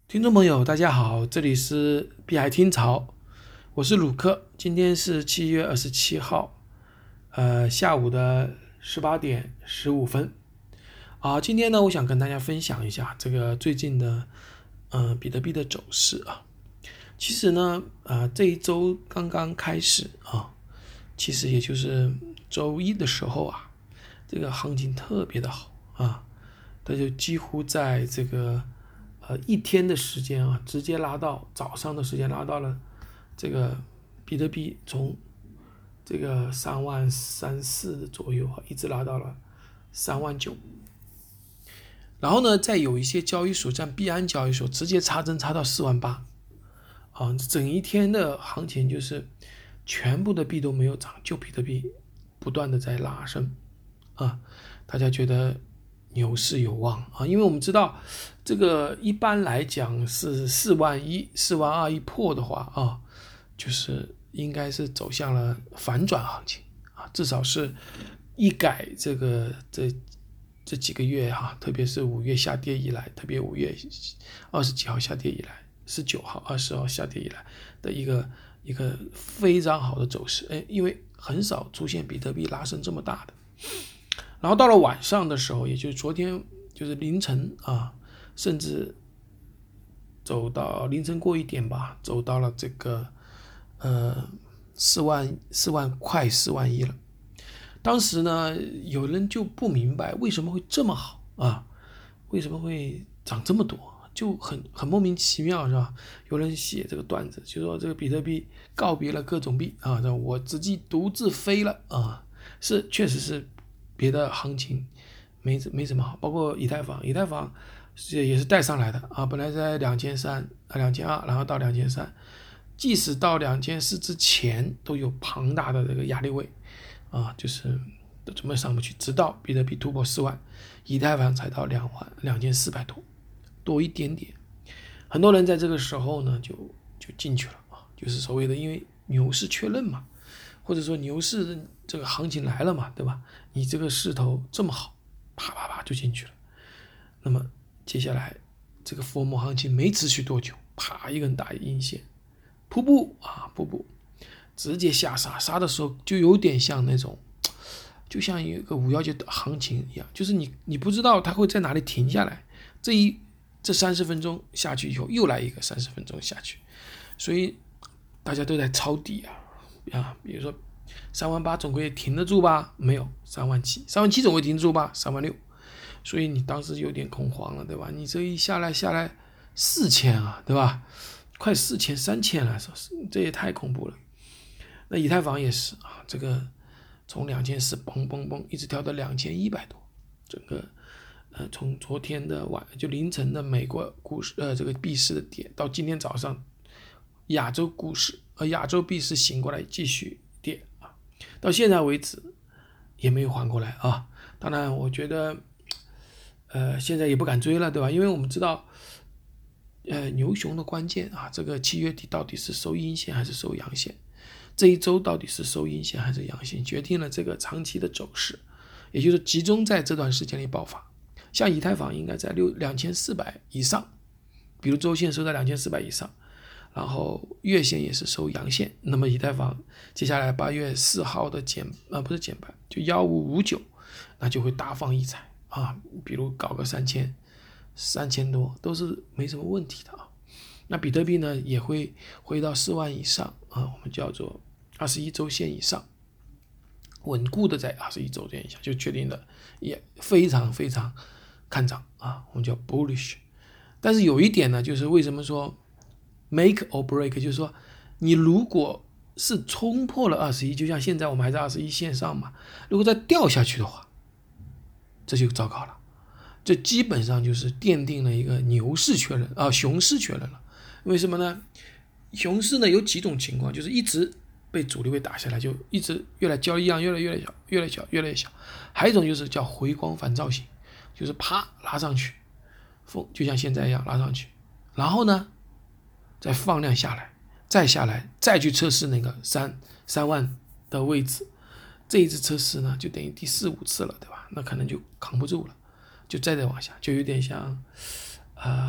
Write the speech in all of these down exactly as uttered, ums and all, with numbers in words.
听众朋友，大家好，这里是碧海听潮，我是鲁克。今天是七月二十七号，呃，下午的十八点十五分。啊，今天呢，我想跟大家分享一下这个最近的，呃，比特币的走势啊。其实呢，呃，这一周刚刚开始啊，其实也就是周一的时候啊，这个行情特别的好啊，它就几乎在这个。呃，一天的时间啊，直接拉到早上的时间，拉到了这个比特币从这个三万三四左右啊，一直拉到了三万九。然后呢，再有一些交易所，像币安交易所，直接插针插到四万八啊，整一天的行情就是全部的币都没有涨，就比特币不断的在拉升啊，大家觉得牛市有望啊，因为我们知道这个一般来讲是四万一、四万二一破的话啊，就是应该是走向了反转行情啊，至少是一改这个这这几个月哈、啊，特别是五月下跌以来，特别五月二十几号下跌以来，十九号、二十号下跌以来的一个一个非常好的走势，哎，因为很少出现比特币拉升这么大的。然后到了晚上的时候，也就是昨天，就是凌晨啊，甚至走到凌晨过一点吧，走到了这个呃四万四万快四万一了。当时呢，有人就不明白为什么会这么好啊，为什么会涨这么多，就很很莫名其妙，是吧？有人写这个段子，就说这个比特币告别了各种币啊，我自己独自飞了啊，是确实是。别的行情没没什么好，包括以太坊，以太坊也是带上来的啊，本来在两千三啊两千二，然后到两千三，即使到两千四之前都有庞大的这个压力位啊，就是都准备上不去，直到比特币突破四万，以太坊才到两万两千四百多，多一点点。很多人在这个时候呢就就进去了啊，就是所谓的因为牛市确认嘛。或者说牛市这个行情来了嘛，对吧？你这个势头这么好，啪啪啪就进去了。那么接下来这个佛魔行情没持续多久，啪一根大阴线，瀑布啊瀑布，直接下杀，杀的时候就有点像那种，就像一个五幺九的行情一样，就是你你不知道它会在哪里停下来，这一这三十分钟下去以后又来一个三十分钟下去，所以大家都在抄底啊。啊，比如说三万八总会停得住吧？没有，三万七，三万七总会停得住吧？三万六，所以你当时有点恐慌了，对吧？你这一下来下来四千啊，对吧？快四千三千了，这也太恐怖了。那以太坊也是啊，这个从两千四嘣嘣嘣一直跳到两千一百多，整个呃从昨天的晚就凌晨的美国股市呃这个币市的跌到今天早上亚洲股市。而亚洲币是醒过来继续跌啊，到现在为止也没有缓过来啊。当然，我觉得，呃，现在也不敢追了，对吧？因为我们知道，呃，牛熊的关键啊，这个七月底到底是收阴线还是收阳线？这一周到底是收阴线还是阳线，决定了这个长期的走势，也就是集中在这段时间里爆发。像以太坊应该在六两千四百以上，比如周线收在两千四百以上。然后月线也是收阳线，那么以太坊接下来八月四号的减啊不是减半，就幺五五九，那就会大放异彩啊，比如搞个三千三千多都是没什么问题的啊。那比特币呢也会回到四万以上啊，我们叫做二十一周线以上，稳固的在二十一周线以下，就确定的也非常非常看涨啊，我们叫 bullish。但是有一点呢，就是为什么说make or break， 就是说你如果是冲破了二十一，就像现在我们还在二十一线上嘛，如果再掉下去的话，这就糟糕了，这基本上就是奠定了一个牛市确认啊，熊市确认了。为什么呢？熊市呢有几种情况，就是一直被主力位打下来，就一直越来交易量越来越小，越来越小，越来越小。还有一种就是叫回光返照型，就是啪拉上去，就像现在一样拉上去，然后呢再放量下来，再下来，再去测试那个三三万的位置，这一次测试呢，就等于第四五次了，对吧？那可能就扛不住了，就再再往下，就有点像，呃，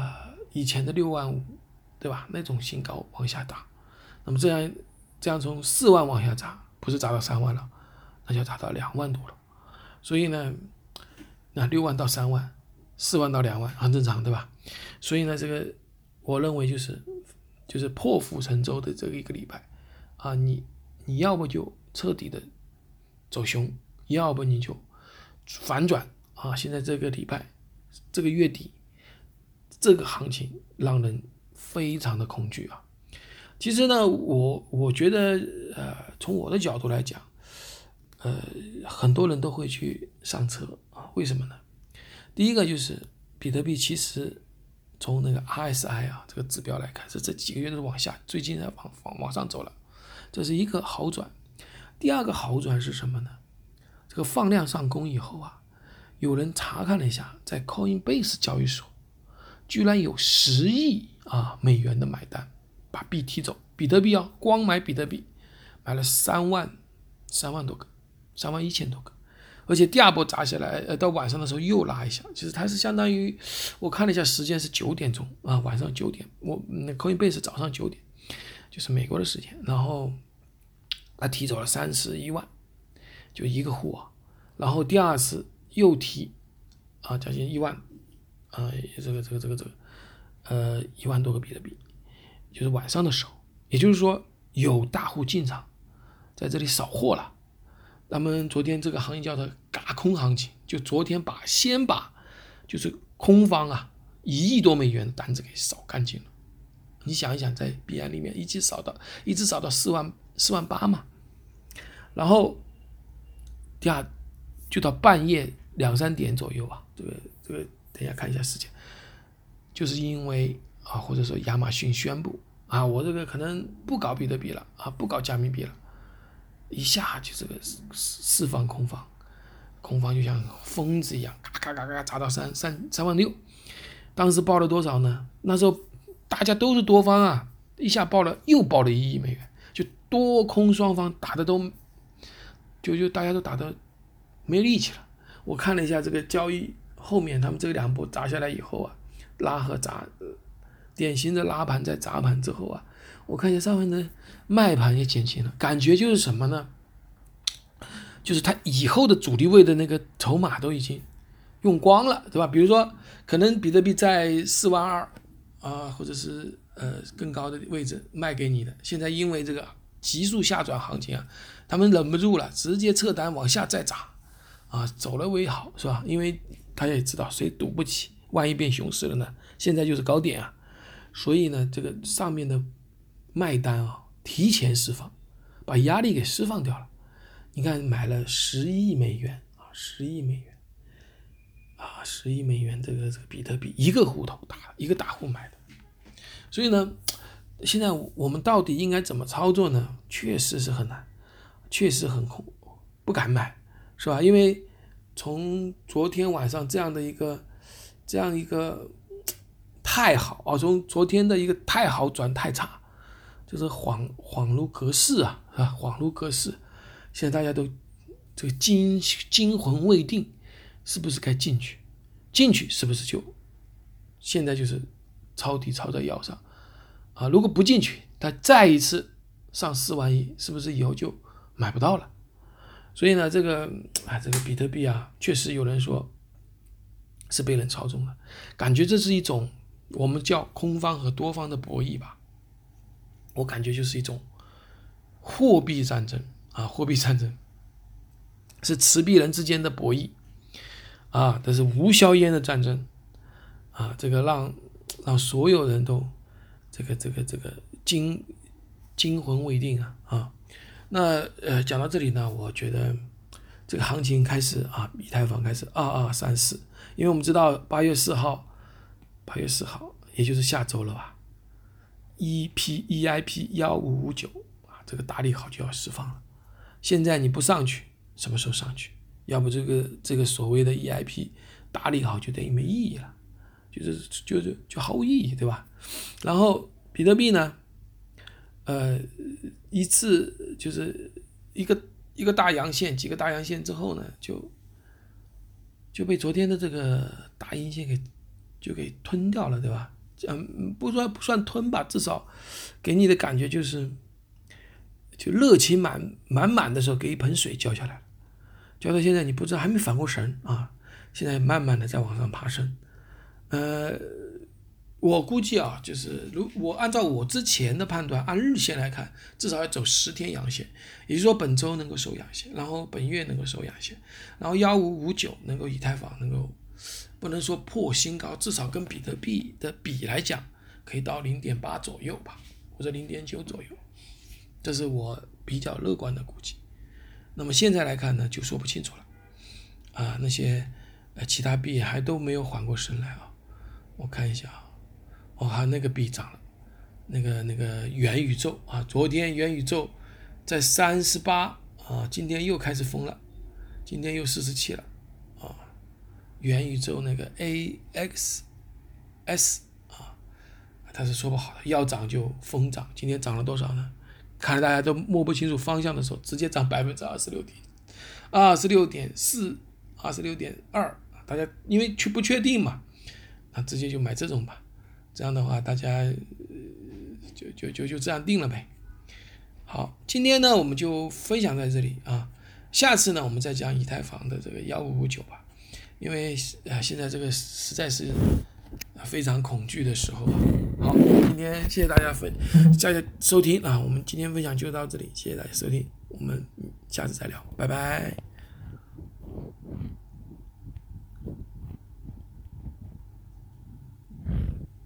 以前的六万五，对吧？那种新高往下打，那么这样这样从四万往下砸，不是砸到三万了，那就砸到两万多了。所以呢，那六万到三万，四万到两万很正常，对吧？所以呢，这个我认为就是就是破釜沉舟的这个一个礼拜啊，你你要不就彻底的走凶，要不你就反转啊！现在这个礼拜，这个月底，这个行情让人非常的恐惧啊。其实呢，我我觉得，呃，从我的角度来讲，呃，很多人都会去上车啊。为什么呢？第一个就是比特币，其实从那个 R S I 啊这个指标来看，是这几个月都是往下，最近在往往往上走了，这是一个好转。第二个好转是什么呢？这个放量上攻以后啊，有人查看了一下，在 Coinbase 交易所，居然有十亿啊美元的买单，把币踢走。比特币啊，光买比特币买了三万三万多个，三万一千多个，而且第二波砸下来，呃，到晚上的时候又拉一下，其实它是相当于，我看了一下时间是九点钟啊，晚上九点，我那 Coinbase 早上九点，就是美国的时间，然后他提走了三十一万，就一个户啊，然后第二次又提啊，将近一万，呃，这个这个这个这个，呃，一万多个比特币，就是晚上的时候，也就是说有大户进场，在这里扫货了。他们昨天这个行情叫做嘎空行情，就昨天把先把就是空方啊一亿多美元的单子给扫干净了。你想一想，在币安里面一直扫到一直扫到四万四万八嘛，然后第二就到半夜两三点左右啊，这个这个等一下看一下时间，就是因为啊或者说亚马逊宣布啊，我这个可能不搞比特币了啊，不搞加密币了。一下就这个释放空方，空方就像疯子一样，嘎嘎嘎嘎砸到三三三万六。当时报了多少呢？那时候大家都是多方啊，一下报了又报了一亿美元，就多空双方打的都，就就大家都打的没力气了。我看了一下这个交易后面，他们这两波砸下来以后啊，拉和砸，典型的拉盘在砸盘之后啊。我看一下上面的卖盘也减轻了，感觉就是什么呢？就是它以后的主力位的那个筹码都已经用光了，对吧？比如说，可能比特币在四万二啊，或者是呃更高的位置卖给你的，现在因为这个急速下转行情啊，他们忍不住了，直接撤单往下再砸啊，走了为好，是吧？因为他也知道谁赌不起，万一变熊市了呢？现在就是高点啊，所以呢，这个上面的卖单啊，提前释放，把压力给释放掉了。你看，买了十亿美元啊，十亿美元啊，十亿美元这个这个比特币，一个户头打，一个大户买的。所以呢，现在我们到底应该怎么操作呢？确实是很难，确实很恐，不敢买，是吧？因为从昨天晚上这样的一个这样一个太好啊，从昨天的一个太好转太差。就是恍恍如隔世啊，啊，恍如隔世。现在大家都这个惊惊魂未定，是不是该进去？进去是不是就现在就是抄底抄在腰上啊？如果不进去，它再一次上四万亿，是不是以后就买不到了？所以呢，这个啊，这个比特币啊，确实有人说是被人操纵了，感觉这是一种我们叫空方和多方的博弈吧。我感觉就是一种货币战争啊，货币战争是持币人之间的博弈啊，这是无硝烟的战争啊，这个让让所有人都这个这个这个惊惊魂未定啊啊。那呃讲到这里呢，我觉得这个行情开始啊，以太坊开始二二三四，因为我们知道八月四号，八月四号也就是下周了吧。E P E I P 一五五九啊，这个大利好就要释放了。现在你不上去，什么时候上去？要不这个这个所谓的 E I P 大利好就等于没意义了，就是就是就毫无意义，对吧？然后比特币呢，呃，一次就是一个一个大阳线，几个大阳线之后呢，就就被昨天的这个大阴线给就给吞掉了，对吧？ 嗯，不算不算吞吧，至少给你的感觉就是，就热情满满满的时候，给一盆水浇下来了，浇到现在你不知道还没反过神啊，现在慢慢的在往上爬升，呃。我估计啊，就是如我按照我之前的判断，按日线来看，至少要走十天阳线，也就是说本周能够收阳线，然后本月能够收阳线，然后幺五五九能够以太坊能够不能说破新高，至少跟比特币的比来讲，可以到零点八左右吧，或者零点九左右，这是我比较乐观的估计。那么现在来看呢，就说不清楚了啊，那些呃其他币还都没有缓过神来啊，我看一下啊。哦，还那个币涨了，那个那个元宇宙啊，昨天元宇宙在三十八啊，今天又开始疯了，今天又四十七了啊，元宇宙那个 A X S 啊，它是说不好的，要涨就疯涨，今天涨了多少呢？看来大家都摸不清楚方向的时候，直接涨百分之二十六点二十六点四，二十六点二，大家因为确不确定嘛，那直接就买这种吧。这样的话，大家就就就就这样定了呗。好，今天呢我们就分享在这里啊，下次呢我们再讲以太坊的这个幺五五九吧，因为啊现在这个实在是非常恐惧的时候啊。好，今天谢谢大家分大家收听啊，我们今天分享就到这里，谢谢大家收听，我们下次再聊，拜拜。